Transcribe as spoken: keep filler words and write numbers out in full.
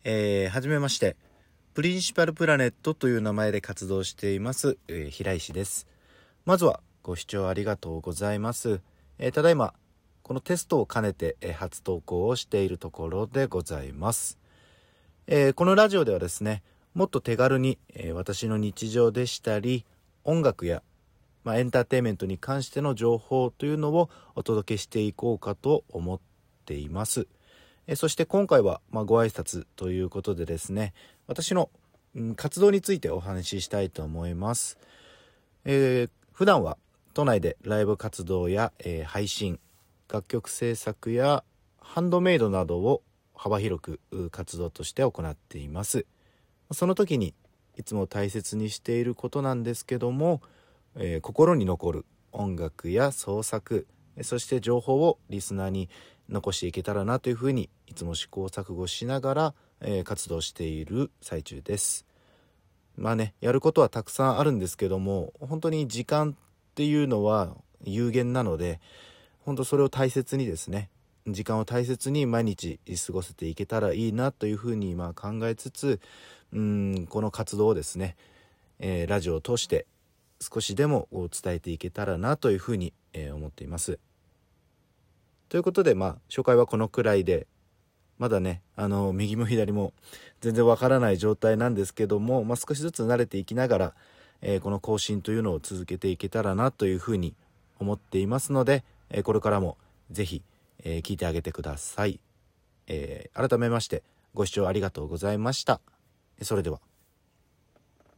えー、はじめまして。プリンシパルプラネットという名前で活動しています、えー、平石です。まずはご視聴ありがとうございます。えー、ただいまこのテストを兼ねて、えー、初投稿をしているところでございます。えー、このラジオではですね、もっと手軽に、えー、私の日常でしたり音楽や、まあ、エンターテインメントに関しての情報というのをお届けしていこうかと思っています。えー、そして今回は、まあ、ご挨拶ということでですね、私の、うん、活動についてお話ししたいと思います。えー、普段は都内でライブ活動や、えー、配信、楽曲制作やハンドメイドなどを幅広く活動として行っています。その時にいつも大切にしていることなんですけども、えー、心に残る音楽や創作、そして情報をリスナーに残していけたらなというふうにいつも試行錯誤しながら、えー、活動している最中です。まあね、やることはたくさんあるんですけども、本当に時間っていうのは有限なので、本当それを大切にですね、時間を大切に毎日過ごせていけたらいいなというふうに今考えつつ、うーんこの活動をですね、えー、ラジオを通して少しでも伝えていけたらなというふうに、えー、思っています。ということで、まあ紹介はこのくらいで、まだね、あの右も左も全然わからない状態なんですけども、まあ、少しずつ慣れていきながら、えー、この更新というのを続けていけたらなというふうに思っていますので、えー、これからもぜひ、えー、聞いてあげてください。えー、改めましてご視聴ありがとうございました。それでは。